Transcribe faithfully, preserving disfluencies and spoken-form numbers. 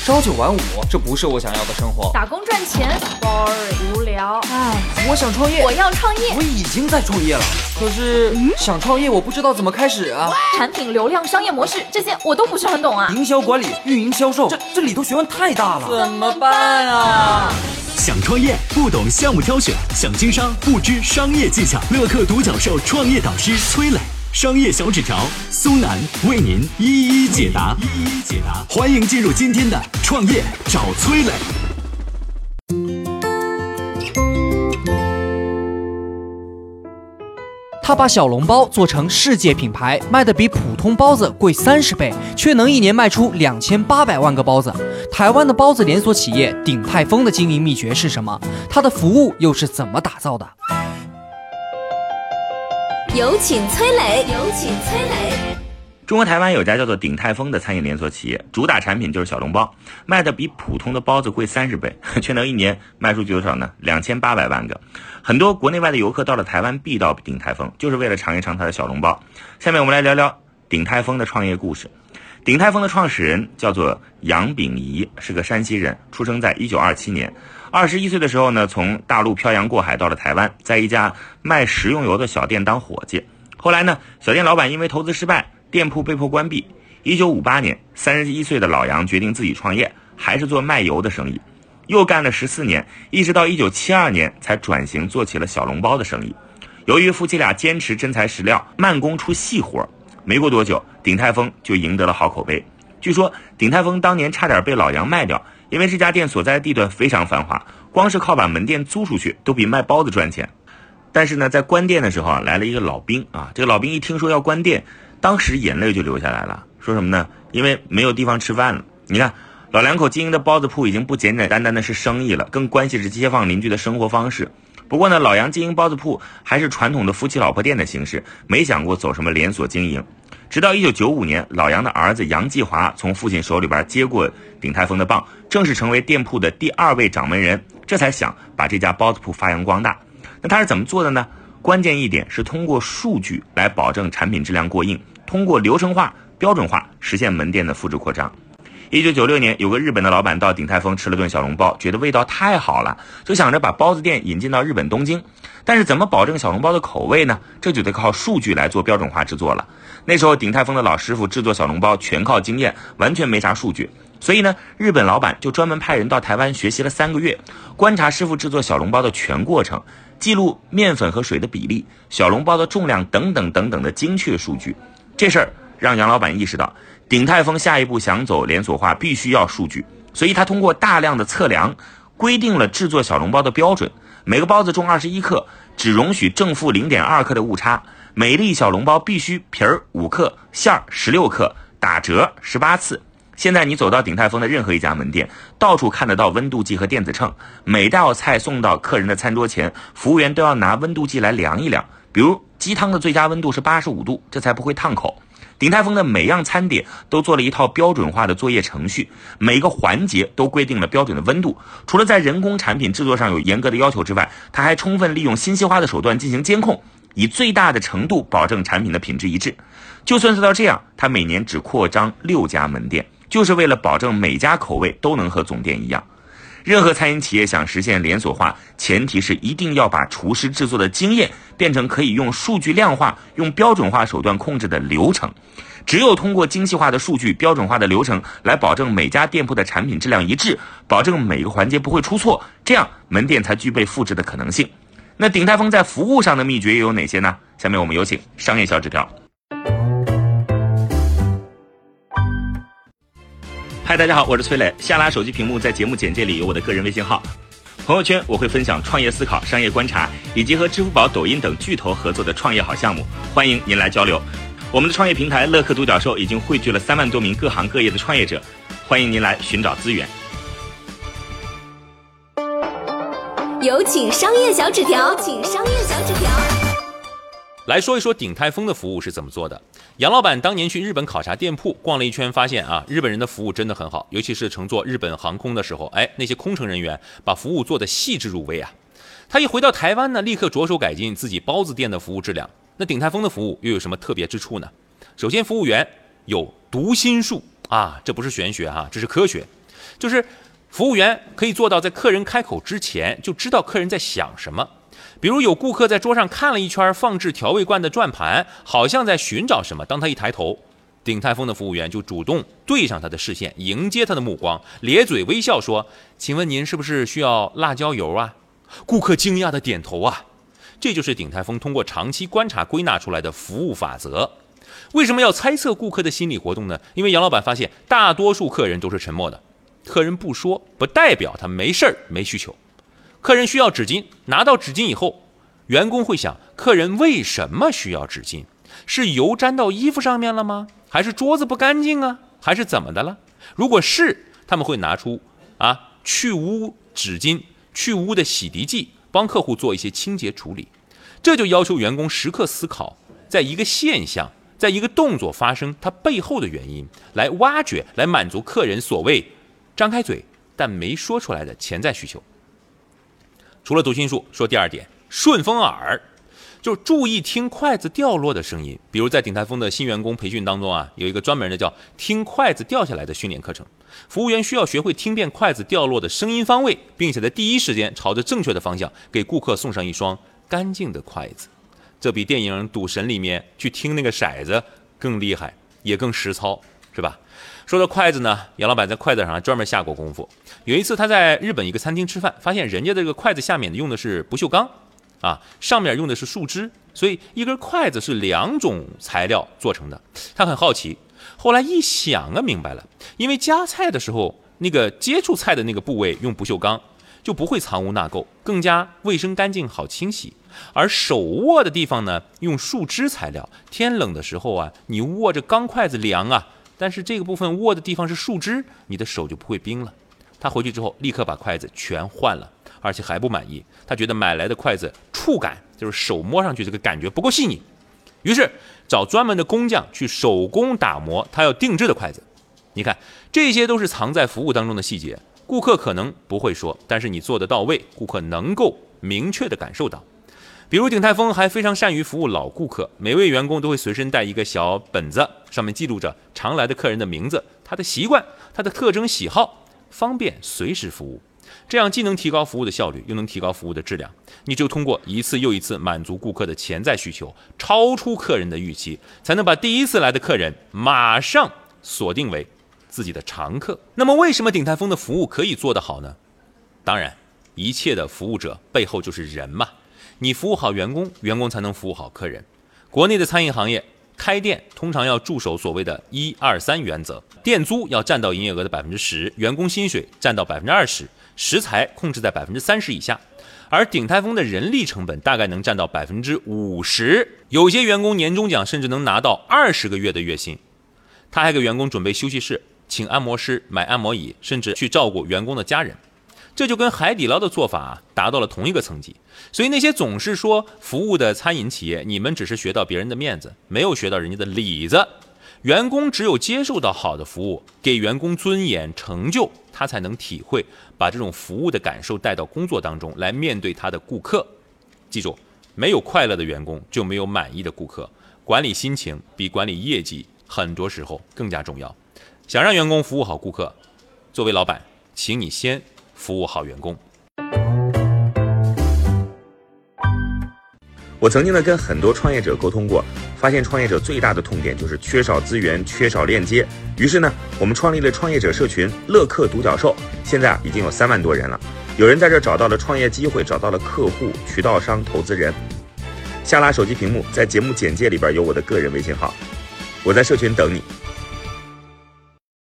朝九晚五，这不是我想要的生活。 打工赚钱 ，boring 无聊。 唉，我想创业， 我要创业。 我已经在创业了，可是、嗯、想创业我不知道怎么开始啊。 产品、流量、商业模式这些我都不是很懂啊。 营销管理、运营、销售，这这里头学问太大了，怎么办啊？ 想创业不懂项目挑选，想经商不知商业技巧。乐客独角兽创业导师崔磊，商业小纸条苏南为您一一解答，一一解答。欢迎进入今天的创业找崔磊。 他把小笼包做成世界品牌，卖得比普通包子贵三十倍，却能一年卖出两千八百万个包子。台湾的包子连锁企业鼎泰丰的经营秘诀是什么？它的服务又是怎么打造的？ 有请崔磊，有请崔磊。 中国台湾有家叫做鼎泰丰的餐饮连锁企业，主打产品就是小笼包，卖的比普通的包子贵三十倍，却能一年卖出去多少呢？两千八百万个。很多国内外的游客到了台湾必到鼎泰丰，就是为了尝一尝它的小笼包。下面我们来聊聊鼎泰丰的创业故事。鼎泰丰的创始人叫做杨秉仪，是个山西人，出生在一九二七年。二十一岁的时候呢，从大陆漂洋过海到了台湾，在一家卖食用油的小店当伙计。后来呢，小店老板因为投资失败，店铺被迫关闭。一九五八年，三十一岁的老杨决定自己创业，还是做卖油的生意。又干了十四年，一直到一九七二年才转型做起了小笼包的生意。由于夫妻俩坚持真材实料，慢工出细活，没过多久，鼎泰丰就赢得了好口碑。据说鼎泰丰当年差点被老杨卖掉，因为这家店所在的地段非常繁华，光是靠把门店租出去都比卖包子赚钱。但是呢，在关店的时候啊，来了一个老兵啊，这个老兵一听说要关店，当时眼泪就流下来了，说什么呢？因为没有地方吃饭了。你看，老两口经营的包子铺已经不简简单单的是生意了，更关系着街坊邻居的生活方式。不过呢，老杨经营包子铺还是传统的夫妻老婆店的形式，没想过走什么连锁经营。直到一九九五年，老杨的儿子杨继华从父亲手里边接过鼎泰丰的棒，正式成为店铺的第二位掌门人，这才想把这家包子铺发扬光大。那他是怎么做的呢？关键一点是通过数据来保证产品质量过硬，通过流程化、标准化实现门店的复制扩张。一九九六年，有个日本的老板到鼎泰丰吃了顿小笼包，觉得味道太好了，就想着把包子店引进到日本东京。但是怎么保证小笼包的口味呢？这就得靠数据来做标准化制作了。那时候鼎泰丰的老师傅制作小笼包全靠经验，完全没啥数据。所以呢，日本老板就专门派人到台湾学习了三个月，观察师傅制作小笼包的全过程，记录面粉和水的比例、小笼包的重量等等等等的精确数据。这事儿让杨老板意识到，鼎泰丰下一步想走连锁化必须要数据，所以他通过大量的测量，规定了制作小笼包的标准。每个包子重二十一克，只容许正负 零点二 克的误差。每粒小笼包必须皮儿五克，馅儿十六克，打折十八次。现在你走到鼎泰丰的任何一家门店，到处看得到温度计和电子秤，每道菜送到客人的餐桌前，服务员都要拿温度计来量一量。比如鸡汤的最佳温度是八十五度，这才不会烫口。鼎泰丰的每样餐点都做了一套标准化的作业程序，每个环节都规定了标准的温度。除了在人工产品制作上有严格的要求之外，它还充分利用信息化的手段进行监控，以最大的程度保证产品的品质一致。就算做到这样，它每年只扩张六家门店，就是为了保证每家口味都能和总店一样。任何餐饮企业想实现连锁化，前提是一定要把厨师制作的经验变成可以用数据量化、用标准化手段控制的流程。只有通过精细化的数据、标准化的流程来保证每家店铺的产品质量一致，保证每个环节不会出错，这样门店才具备复制的可能性。那鼎泰丰在服务上的秘诀又有哪些呢？下面我们有请商业小纸条。嗨，大家好，我是崔磊。下拉手机屏幕，在节目简介里有我的个人微信号。朋友圈我会分享创业思考、商业观察，以及和支付宝、抖音等巨头合作的创业好项目，欢迎您来交流。我们的创业平台乐客独角兽已经汇聚了三万多名各行各业的创业者，欢迎您来寻找资源。 有请商业小纸条，请商业小纸条。 来说一说鼎泰丰的服务是怎么做的。杨老板当年去日本考察店铺，逛了一圈，发现啊，日本人的服务真的很好，尤其是乘坐日本航空的时候，哎，那些空乘人员把服务做得细致入微啊。他一回到台湾呢，立刻着手改进自己包子店的服务质量。那鼎泰丰的服务又有什么特别之处呢？首先，服务员有读心术啊，这不是玄学啊，这是科学。 就是服务员可以做到在客人开口之前就知道客人在想什么。比如有顾客在桌上看了一圈放置调味罐的转盘，好像在寻找什么，当他一抬头，鼎泰丰的服务员就主动对上他的视线，迎接他的目光，咧嘴微笑说：请问您是不是需要辣椒油啊？顾客惊讶的点头啊。这就是鼎泰丰通过长期观察归纳出来的服务法则。为什么要猜测顾客的心理活动呢？因为杨老板发现大多数客人都是沉默的，客人不说不代表他没事儿没需求。客人需要纸巾，拿到纸巾以后，员工会想客人为什么需要纸巾？是油沾到衣服上面了吗？还是桌子不干净啊？还是怎么的了？如果是，他们会拿出啊去污纸巾、去污的洗涤剂，帮客户做一些清洁处理。这就要求员工时刻思考，在一个现象，在一个动作发生它背后的原因，来挖掘，来满足客人所谓张开嘴但没说出来的潜在需求。除了读心术，说第二点，顺风耳，就注意听筷子掉落的声音。比如在鼎泰丰的新员工培训当中啊，有一个专门的叫听筷子掉下来的训练课程。服务员需要学会听辨筷子掉落的声音方位，并且在第一时间朝着正确的方向给顾客送上一双干净的筷子。这比电影《赌神》里面去听那个骰子更厉害，也更实操，是吧？说到筷子呢，杨老板在筷子上专门下过功夫。有一次他在日本一个餐厅吃饭，发现人家这个筷子下面用的是不锈钢啊，上面用的是树枝，所以一根筷子是两种材料做成的。他很好奇，后来一想啊，明白了，因为夹菜的时候那个接触菜的那个部位用不锈钢，就不会藏污纳垢，更加卫生干净好清洗。而手握的地方呢，用树枝材料，天冷的时候啊，你握着钢筷子凉啊，但是这个部分握的地方是树枝，你的手就不会冰了。他回去之后立刻把筷子全换了，而且还不满意，他觉得买来的筷子触感，就是手摸上去这个感觉不够细腻，于是找专门的工匠去手工打磨他要定制的筷子。你看，这些都是藏在服务当中的细节，顾客可能不会说，但是你做得到位，顾客能够明确地感受到。比如鼎泰丰还非常善于服务老顾客，每位员工都会随身带一个小本子，上面记录着常来的客人的名字、他的习惯、他的特征喜好，方便随时服务。这样既能提高服务的效率，又能提高服务的质量。你只有通过一次又一次满足顾客的潜在需求，超出客人的预期，才能把第一次来的客人马上锁定为自己的常客。那么为什么鼎泰丰的服务可以做得好呢？当然，一切的服务者背后就是人嘛。你服务好员工，员工才能服务好客人。国内的餐饮行业开店通常要驻守所谓的一二三原则，店租要占到营业额的百分之十，员工薪水占到百分之二十，食材控制在百分之三十以下。而鼎泰丰的人力成本大概能占到百分之五十，有些员工年终奖甚至能拿到二十个月的月薪。他还给员工准备休息室，请按摩师，买按摩椅，甚至去照顾员工的家人。这就跟海底捞的做法啊达到了同一个层级。所以那些总是说服务的餐饮企业，你们只是学到别人的面子，没有学到人家的里子。员工只有接受到好的服务，给员工尊严成就，他才能体会把这种服务的感受带到工作当中来，面对他的顾客。记住，没有快乐的员工就没有满意的顾客。管理心情比管理业绩很多时候更加重要。想让员工服务好顾客，作为老板，请你先服务好员工。 我曾经呢跟很多创业者沟通过，发现创业者最大的痛点就是缺少资源，缺少链接。于是呢，我们创立了创业者社群乐客独角兽，现在啊已经有三万多人了。有人在这找到了创业机会，找到了客户、渠道商、投资人。下拉手机屏幕，在节目简介里边有我的个人微信号，我在社群等你。